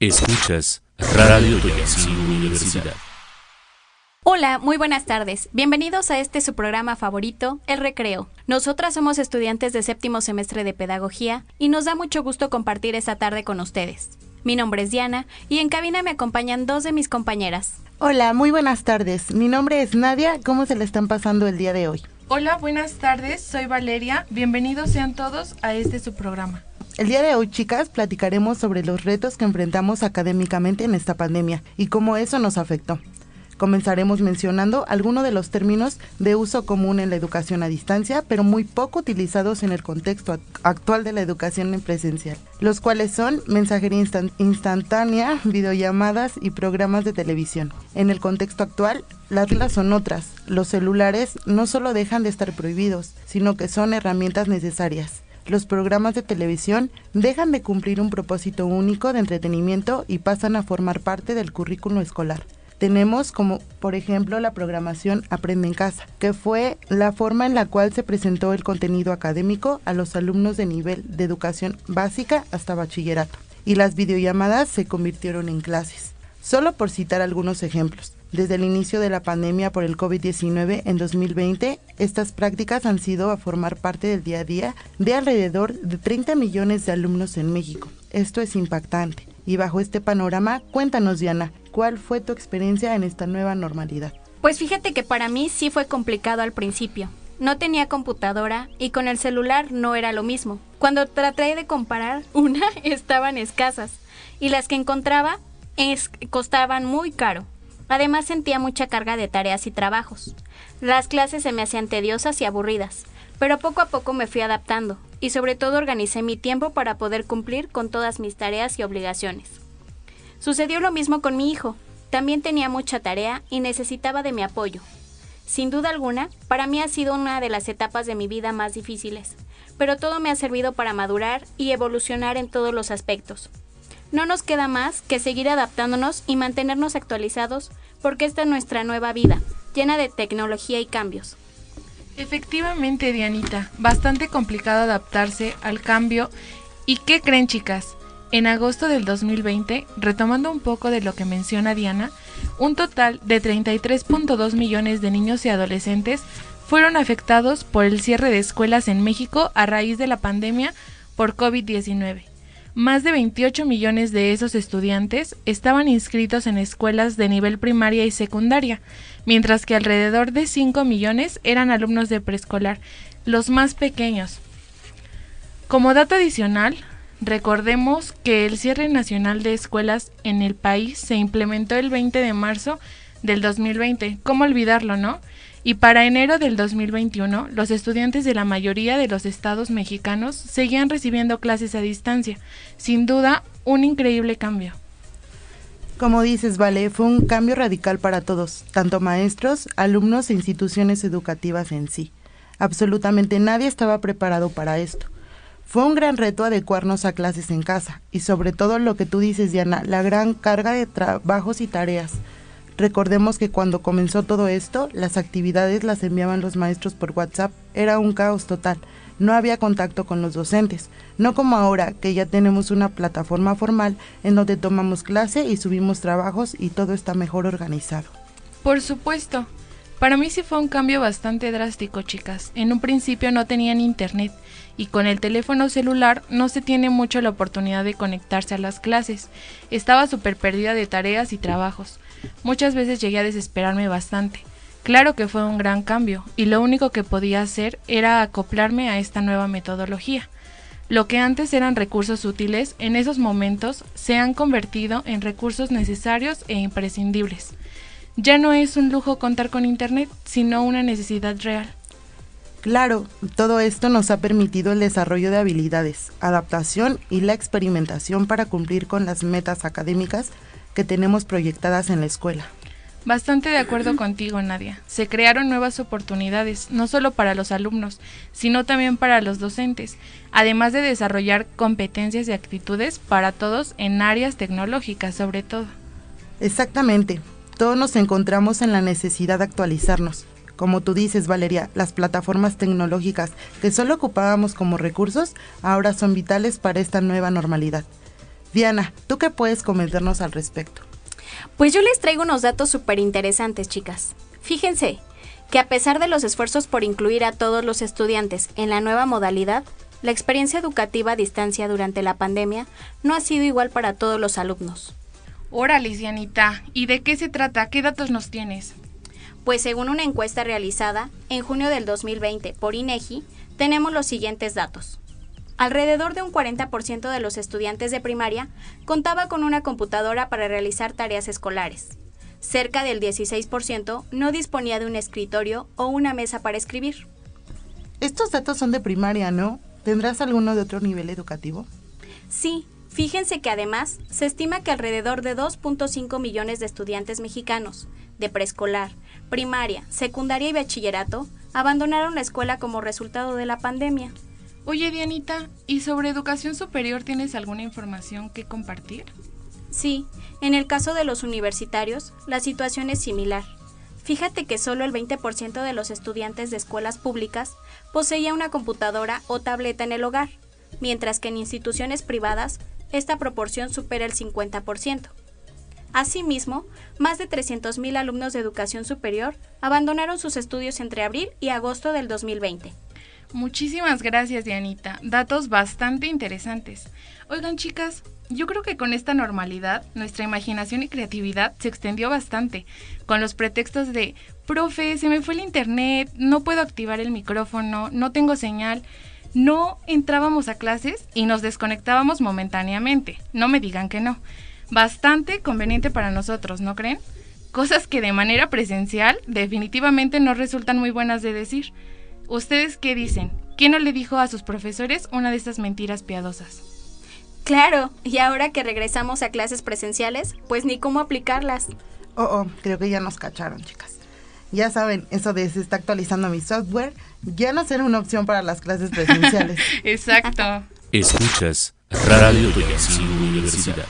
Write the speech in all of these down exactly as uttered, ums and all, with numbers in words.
Escuchas Radio Toyancingo Universidad. Hola, muy buenas tardes. Bienvenidos a este su programa favorito, El Recreo. Nosotras somos estudiantes de séptimo semestre de Pedagogía y nos da mucho gusto compartir esta tarde con ustedes. Mi nombre es Diana y en cabina me acompañan dos de mis compañeras. Hola, muy buenas tardes. Mi nombre es Nadia. ¿Cómo se le están pasando el día de hoy? Hola, buenas tardes. Soy Valeria. Bienvenidos sean todos a este su programa. El día de hoy, chicas, platicaremos sobre los retos que enfrentamos académicamente en esta pandemia y cómo eso nos afectó. Comenzaremos mencionando algunos de los términos de uso común en la educación a distancia, pero muy poco utilizados en el contexto actual de la educación en presencial, los cuales son mensajería instant- instantánea, videollamadas y programas de televisión. En el contexto actual, las reglas son otras. Los celulares no solo dejan de estar prohibidos, sino que son herramientas necesarias. Los programas de televisión dejan de cumplir un propósito único de entretenimiento y pasan a formar parte del currículo escolar. Tenemos como, por ejemplo, la programación Aprende en Casa, que fue la forma en la cual se presentó el contenido académico a los alumnos de nivel de educación básica hasta bachillerato, y las videollamadas se convirtieron en clases. Solo por citar algunos ejemplos, desde el inicio de la pandemia por el COVID diecinueve en dos mil veinte, estas prácticas han sido a formar parte del día a día de alrededor de treinta millones de alumnos en México. Esto es impactante. Y bajo este panorama, cuéntanos, Diana, ¿cuál fue tu experiencia en esta nueva normalidad? Pues fíjate que para mí sí fue complicado al principio. No tenía computadora y con el celular no era lo mismo. Cuando traté de comparar, una estaban escasas y las que encontraba es, costaban muy caro. Además sentía mucha carga de tareas y trabajos. Las clases se me hacían tediosas y aburridas, pero poco a poco me fui adaptando y sobre todo organicé mi tiempo para poder cumplir con todas mis tareas y obligaciones. Sucedió lo mismo con mi hijo. También tenía mucha tarea y necesitaba de mi apoyo. Sin duda alguna, para mí ha sido una de las etapas de mi vida más difíciles, pero todo me ha servido para madurar y evolucionar en todos los aspectos. No nos queda más que seguir adaptándonos y mantenernos actualizados porque esta es nuestra nueva vida, llena de tecnología y cambios. Efectivamente, Dianita, bastante complicado adaptarse al cambio. ¿Y qué creen, chicas? En agosto del dos mil veinte, retomando un poco de lo que menciona Diana, un total de treinta y tres punto dos millones de niños y adolescentes fueron afectados por el cierre de escuelas en México a raíz de la pandemia por COVID diecinueve. Más de veintiocho millones de esos estudiantes estaban inscritos en escuelas de nivel primaria y secundaria, mientras que alrededor de cinco millones eran alumnos de preescolar, los más pequeños. Como dato adicional, recordemos que el cierre nacional de escuelas en el país se implementó el veinte de marzo del dos mil veinte, ¿cómo olvidarlo, no? Y para enero del dos mil veintiuno, los estudiantes de la mayoría de los estados mexicanos seguían recibiendo clases a distancia. Sin duda, un increíble cambio. Como dices, Vale, fue un cambio radical para todos, tanto maestros, alumnos e instituciones educativas en sí. Absolutamente nadie estaba preparado para esto. Fue un gran reto adecuarnos a clases en casa, y sobre todo lo que tú dices, Diana, la gran carga de trabajos y tareas. Recordemos que cuando comenzó todo esto, las actividades las enviaban los maestros por WhatsApp. Era un caos total. No había contacto con los docentes. No como ahora, que ya tenemos una plataforma formal en donde tomamos clase y subimos trabajos y todo está mejor organizado. Por supuesto. Para mí sí fue un cambio bastante drástico, chicas. En un principio no tenían internet y con el teléfono celular no se tiene mucho la oportunidad de conectarse a las clases. Estaba súper perdida de tareas y trabajos. Muchas veces llegué a desesperarme bastante. Claro que fue un gran cambio y lo único que podía hacer era acoplarme a esta nueva metodología. Lo que antes eran recursos útiles, en esos momentos se han convertido en recursos necesarios e imprescindibles. Ya no es un lujo contar con internet, sino una necesidad real. Claro, todo esto nos ha permitido el desarrollo de habilidades, adaptación y la experimentación para cumplir con las metas académicas que tenemos proyectadas en la escuela. Bastante de acuerdo contigo, Nadia. Se crearon nuevas oportunidades, no solo para los alumnos, sino también para los docentes, además de desarrollar competencias y actitudes para todos en áreas tecnológicas, sobre todo. Exactamente. Todos nos encontramos en la necesidad de actualizarnos. Como tú dices, Valeria, las plataformas tecnológicas que solo ocupábamos como recursos ahora son vitales para esta nueva normalidad. Diana, ¿tú qué puedes comentarnos al respecto? Pues yo les traigo unos datos súper interesantes, chicas. Fíjense que a pesar de los esfuerzos por incluir a todos los estudiantes en la nueva modalidad, la experiencia educativa a distancia durante la pandemia no ha sido igual para todos los alumnos. Órale, Dianita, ¿y de qué se trata? ¿Qué datos nos tienes? Pues según una encuesta realizada en junio del dos mil veinte por INEGI, tenemos los siguientes datos. Alrededor de un cuarenta por ciento de los estudiantes de primaria contaba con una computadora para realizar tareas escolares. Cerca del dieciséis por ciento no disponía de un escritorio o una mesa para escribir. Estos datos son de primaria, ¿no? ¿Tendrás alguno de otro nivel educativo? Sí, fíjense que además se estima que alrededor de dos punto cinco millones de estudiantes mexicanos de preescolar, primaria, secundaria y bachillerato abandonaron la escuela como resultado de la pandemia. Oye, Dianita, ¿y sobre educación superior tienes alguna información que compartir? Sí, en el caso de los universitarios, la situación es similar. Fíjate que solo el veinte por ciento de los estudiantes de escuelas públicas poseía una computadora o tableta en el hogar, mientras que en instituciones privadas esta proporción supera el cincuenta por ciento. Asimismo, más de trescientos mil alumnos de educación superior abandonaron sus estudios entre abril y agosto del dos mil veinte. Muchísimas gracias, Dianita. Datos bastante interesantes. Oigan, chicas, yo creo que con esta normalidad, nuestra imaginación y creatividad se extendió bastante, con los pretextos de, profe, se me fue el internet, no puedo activar el micrófono, no tengo señal. No entrábamos a clases y nos desconectábamos momentáneamente. No me digan que no. Bastante conveniente para nosotros, ¿no creen? Cosas que de manera presencial definitivamente no resultan muy buenas de decir. ¿Ustedes qué dicen? ¿Quién no le dijo a sus profesores una de estas mentiras piadosas? Claro, y ahora que regresamos a clases presenciales, pues ni cómo aplicarlas. Oh, oh, creo que ya nos cacharon, chicas. Ya saben, eso de se está actualizando mi software, ya no será una opción para las clases presenciales. Exacto. Escuchas Radio Toyancingo Universidad.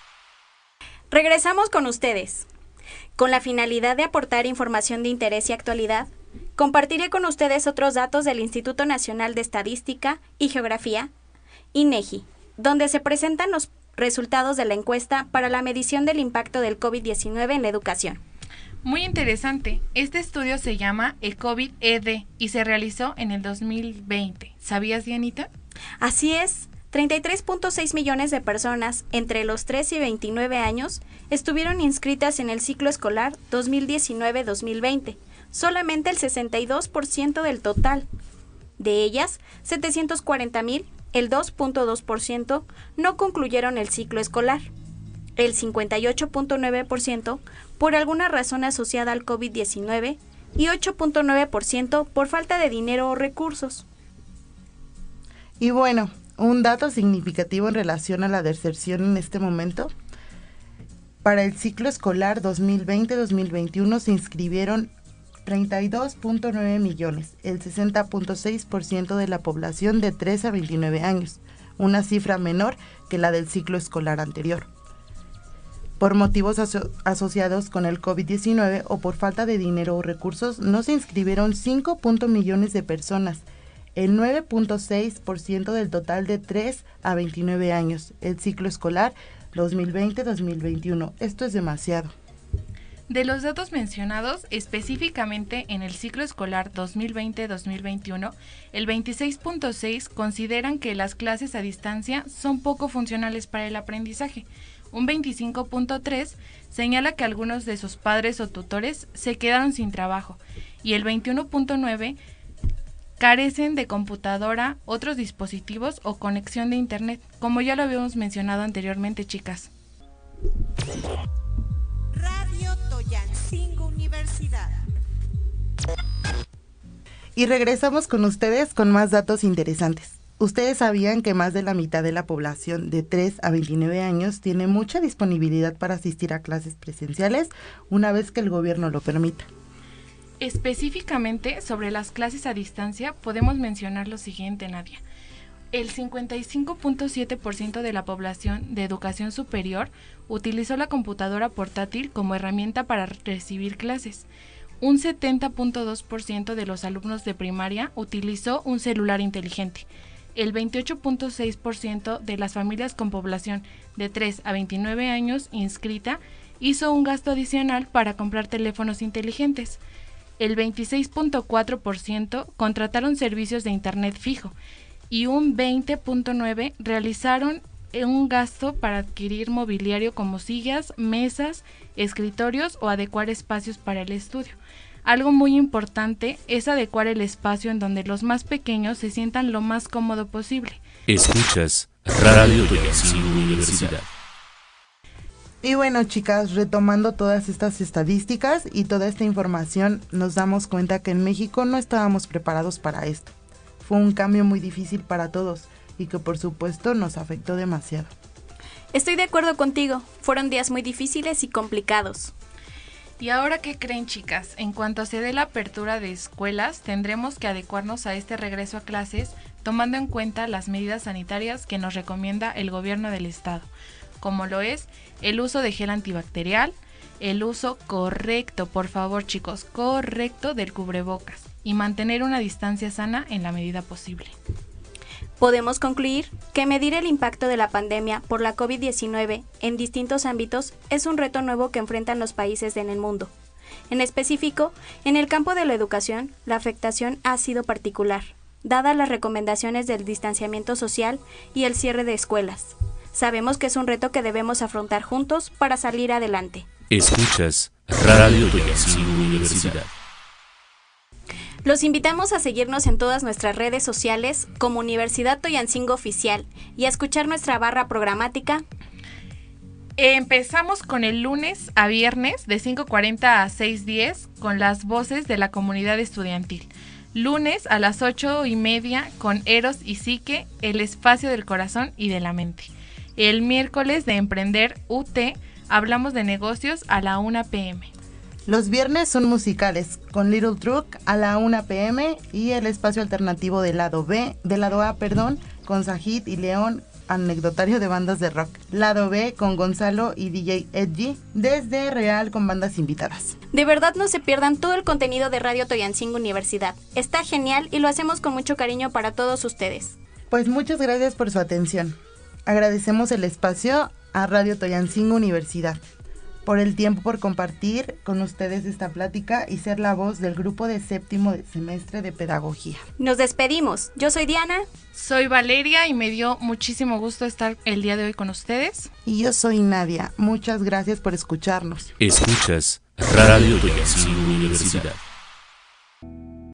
Regresamos con ustedes. Con la finalidad de aportar información de interés y actualidad, compartiré con ustedes otros datos del Instituto Nacional de Estadística y Geografía, INEGI, donde se presentan los resultados de la encuesta para la medición del impacto del COVID diecinueve en la educación. Muy interesante. Este estudio se llama el COVID-E D y se realizó en el dos mil veinte. ¿Sabías, Dianita? Así es. treinta y tres punto seis millones de personas entre los tres y veintinueve años estuvieron inscritas en el ciclo escolar dos mil diecinueve dos mil veinte, solamente el sesenta y dos por ciento del total. De ellas, setecientos cuarenta mil, el dos punto dos por ciento, no concluyeron el ciclo escolar. El cincuenta y ocho punto nueve por ciento por alguna razón asociada al COVID diecinueve y ocho punto nueve por ciento por falta de dinero o recursos. Y bueno, un dato significativo en relación a la deserción en este momento. Para el ciclo escolar dos mil veinte dos mil veintiuno se inscribieron treinta y dos punto nueve millones, el sesenta punto seis por ciento de la población de tres a veintinueve años, una cifra menor que la del ciclo escolar anterior. Por motivos aso- asociados con el COVID diecinueve o por falta de dinero o recursos, no se inscribieron cinco millones de personas, el nueve punto seis por ciento del total de tres a veintinueve años, el ciclo escolar dos mil veinte dos mil veintiuno. Esto es demasiado. De los datos mencionados, específicamente en el ciclo escolar dos mil veinte dos mil veintiuno, el veintiséis punto seis consideran que las clases a distancia son poco funcionales para el aprendizaje. Un veinticinco punto tres señala que algunos de sus padres o tutores se quedaron sin trabajo y el veintiuno punto nueve carecen de computadora, otros dispositivos o conexión de internet, como ya lo habíamos mencionado anteriormente, chicas. Radio Toyancingo Universidad. Y regresamos con ustedes con más datos interesantes. ¿Ustedes sabían que más de la mitad de la población de tres a veintinueve años tiene mucha disponibilidad para asistir a clases presenciales una vez que el gobierno lo permita? Específicamente sobre las clases a distancia podemos mencionar lo siguiente, Nadia. El cincuenta y cinco punto siete por ciento de la población de educación superior utilizó la computadora portátil como herramienta para recibir clases. Un setenta punto dos por ciento de los alumnos de primaria utilizó un celular inteligente. el veintiocho punto seis por ciento de las familias con población de tres a veintinueve años inscrita hizo un gasto adicional para comprar teléfonos inteligentes. El veintiséis punto cuatro por ciento contrataron servicios de internet fijo y un veinte punto nueve por ciento realizaron un gasto para adquirir mobiliario como sillas, mesas, escritorios o adecuar espacios para el estudio. Algo muy importante es adecuar el espacio en donde los más pequeños se sientan lo más cómodo posible. Escuchas Radio Toyancingo Universidad. Y bueno, chicas, retomando todas estas estadísticas y toda esta información, nos damos cuenta que en México no estábamos preparados para esto. Fue un cambio muy difícil para todos y que por supuesto nos afectó demasiado. Estoy de acuerdo contigo, fueron días muy difíciles y complicados. ¿Y ahora qué creen, chicas? En cuanto se dé la apertura de escuelas, tendremos que adecuarnos a este regreso a clases, tomando en cuenta las medidas sanitarias que nos recomienda el gobierno del estado, como lo es el uso de gel antibacterial, el uso correcto, por favor chicos, correcto del cubrebocas y mantener una distancia sana en la medida posible. Podemos concluir que medir el impacto de la pandemia por la COVID diecinueve en distintos ámbitos es un reto nuevo que enfrentan los países en el mundo. En específico, en el campo de la educación, la afectación ha sido particular, dadas las recomendaciones del distanciamiento social y el cierre de escuelas. Sabemos que es un reto que debemos afrontar juntos para salir adelante. Escuchas Radio Toyancingo Universidad. Los invitamos a seguirnos en todas nuestras redes sociales como Universidad Toyancingo Oficial y a escuchar nuestra barra programática. Empezamos con el lunes a viernes de cinco cuarenta a seis diez con las voces de la comunidad estudiantil. Lunes a las ocho y media con Eros y Psique, el espacio del corazón y de la mente. El miércoles de Emprender U T hablamos de negocios a la una pe eme. Los viernes son musicales, con Little Truck a la una pe eme y el espacio alternativo del lado B, del lado A, perdón, con Sajid y León, anecdotario de bandas de rock. Lado B con Gonzalo y D J Edgy, desde Real con bandas invitadas. De verdad no se pierdan todo el contenido de Radio Toyancingo Universidad. Está genial y lo hacemos con mucho cariño para todos ustedes. Pues muchas gracias por su atención. Agradecemos el espacio a Radio Toyancingo Universidad, por el tiempo por compartir con ustedes esta plática y ser la voz del grupo de séptimo semestre de pedagogía. Nos despedimos. Yo soy Diana. Soy Valeria y me dio muchísimo gusto estar el día de hoy con ustedes. Y yo soy Nadia. Muchas gracias por escucharnos. Escuchas Radio Toyancingo Universidad.